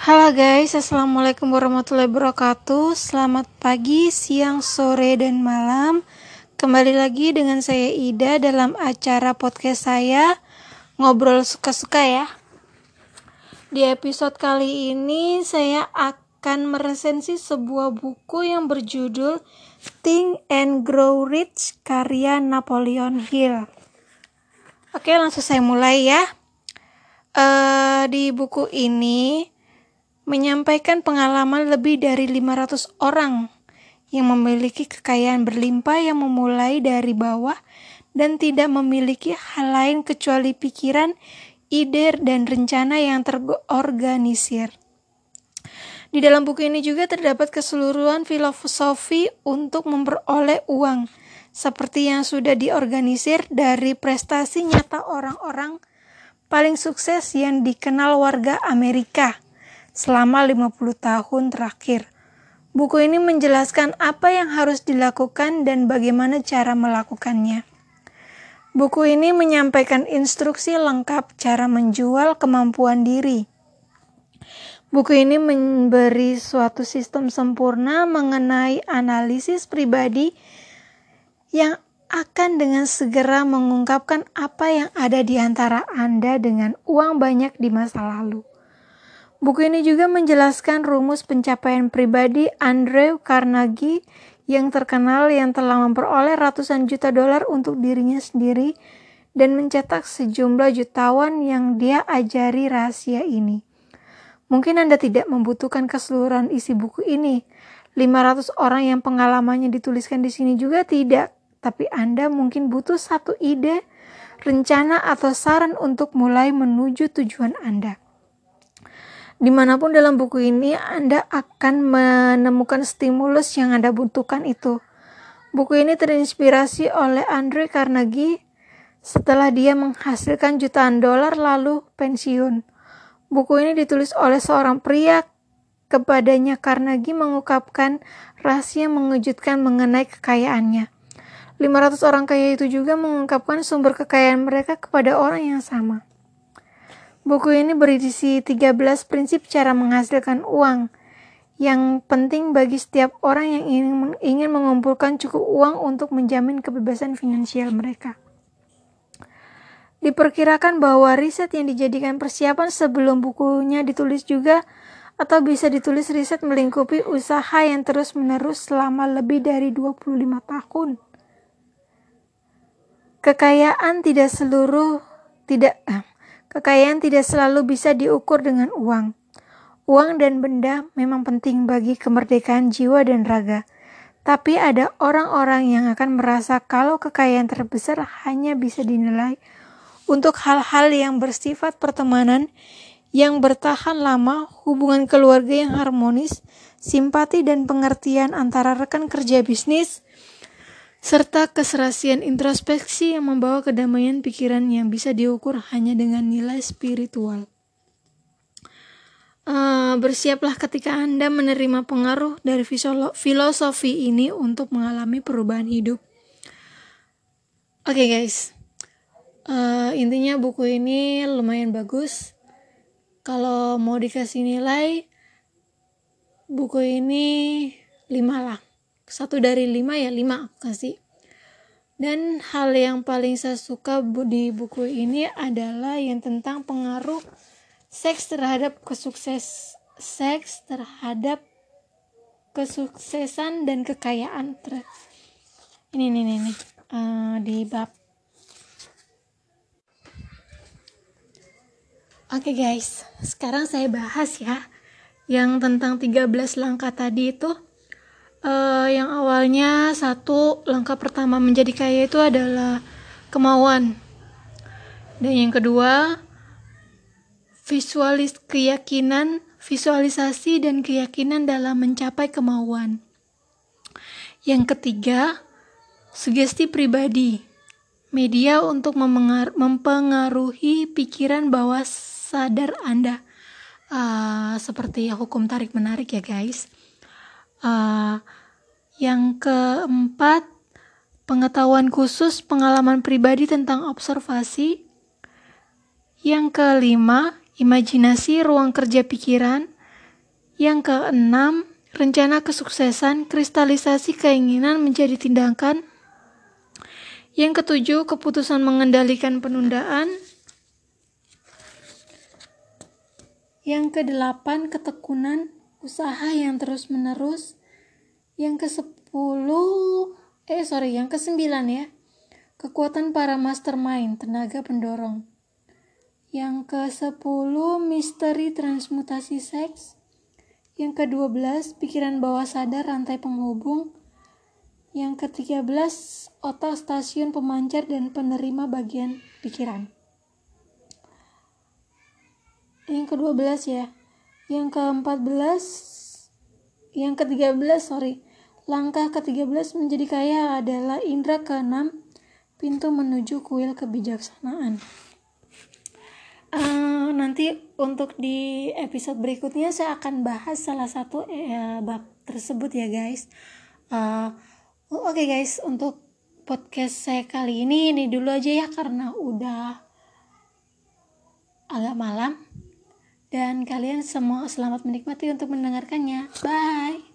Halo guys, assalamualaikum warahmatullahi wabarakatuh. Selamat pagi, siang, sore, dan malam. Kembali lagi dengan saya Ida dalam acara podcast saya Ngobrol Suka-Suka ya. Di episode kali ini saya akan meresensi sebuah buku yang berjudul Think and Grow Rich karya Napoleon Hill. Oke, langsung saya mulai ya. Di buku ini menyampaikan pengalaman lebih dari 500 orang yang memiliki kekayaan berlimpah yang memulai dari bawah dan tidak memiliki hal lain kecuali pikiran, ide, dan rencana yang terorganisir. Di dalam buku ini juga terdapat keseluruhan filosofi untuk memperoleh uang, seperti yang sudah diorganisir dari prestasi nyata orang-orang paling sukses yang dikenal warga Amerika selama 50 tahun terakhir. Buku ini menjelaskan apa yang harus dilakukan dan bagaimana cara melakukannya. Buku ini menyampaikan instruksi lengkap cara menjual kemampuan diri. Buku ini memberi suatu sistem sempurna mengenai analisis pribadi yang akan dengan segera mengungkapkan apa yang ada di antara Anda dengan uang banyak di masa lalu. Buku ini juga menjelaskan rumus pencapaian pribadi Andrew Carnegie yang terkenal yang telah memperoleh ratusan juta dolar untuk dirinya sendiri dan mencetak sejumlah jutawan yang dia ajari rahasia ini. Mungkin Anda tidak membutuhkan keseluruhan isi buku ini. 500 orang yang pengalamannya dituliskan di sini juga tidak, tapi Anda mungkin butuh satu ide, rencana atau saran untuk mulai menuju tujuan Anda. Dimanapun dalam buku ini, Anda akan menemukan stimulus yang Anda butuhkan itu. Buku ini terinspirasi oleh Andrew Carnegie setelah dia menghasilkan jutaan dolar lalu pensiun. Buku ini ditulis oleh seorang pria, kepadanya Carnegie mengungkapkan rahasia mengejutkan mengenai kekayaannya. 500 orang kaya itu juga mengungkapkan sumber kekayaan mereka kepada orang yang sama. Buku ini berisi 13 prinsip cara menghasilkan uang yang penting bagi setiap orang yang ingin mengumpulkan cukup uang untuk menjamin kebebasan finansial mereka. Diperkirakan bahwa riset yang dijadikan persiapan sebelum bukunya ditulis juga atau bisa ditulis riset melingkupi usaha yang terus-menerus selama lebih dari 25 tahun. Kekayaan tidak selalu bisa diukur dengan uang. Uang dan benda memang penting bagi kemerdekaan jiwa dan raga. Tapi ada orang-orang yang akan merasa kalau kekayaan terbesar hanya bisa dinilai untuk hal-hal yang bersifat pertemanan yang bertahan lama, hubungan keluarga yang harmonis, simpati dan pengertian antara rekan kerja bisnis, serta keserasian introspeksi yang membawa kedamaian pikiran yang bisa diukur hanya dengan nilai spiritual. Bersiaplah ketika Anda menerima pengaruh dari filosofi ini untuk mengalami perubahan hidup. Oke guys, intinya buku ini lumayan bagus. Kalau mau dikasih nilai, buku ini 5 lah. 1 dari 5 ya 5 aku kasih. Dan hal yang paling saya suka di buku ini adalah yang tentang pengaruh seks terhadap kesuksesan dan kekayaan. Ini di bab. Oke guys, sekarang saya bahas ya yang tentang 13 langkah tadi itu. Yang awalnya 1, langkah pertama menjadi kaya itu adalah kemauan. Dan yang kedua, visualisasi dan keyakinan dalam mencapai kemauan. Yang ketiga, sugesti pribadi. Media untuk mempengaruhi pikiran bawah sadar Anda. Seperti hukum tarik-menarik ya guys. Yang keempat, pengetahuan khusus pengalaman pribadi tentang observasi. Yang kelima, imajinasi ruang kerja pikiran. Yang keenam, rencana kesuksesan, kristalisasi keinginan menjadi tindakan. Yang ketujuh, keputusan mengendalikan penundaan. Yang kedelapan, ketekunan, usaha yang terus-menerus. Yang kesembilan ya, kekuatan para mastermind, tenaga pendorong. Yang ke-10, misteri transmutasi seks. Yang ke-12, pikiran bawah sadar, rantai penghubung. Yang ke-13, otak stasiun pemancar dan penerima bagian pikiran. Yang ke-12 ya. Yang ke-13, langkah ke-13 menjadi kaya adalah indera ke-6, pintu menuju kuil kebijaksanaan. Nanti untuk di episode berikutnya saya akan bahas salah satu bab tersebut ya guys. Oke guys, untuk podcast saya kali ini dulu aja ya, karena udah agak malam. Dan kalian semua selamat menikmati untuk mendengarkannya. Bye.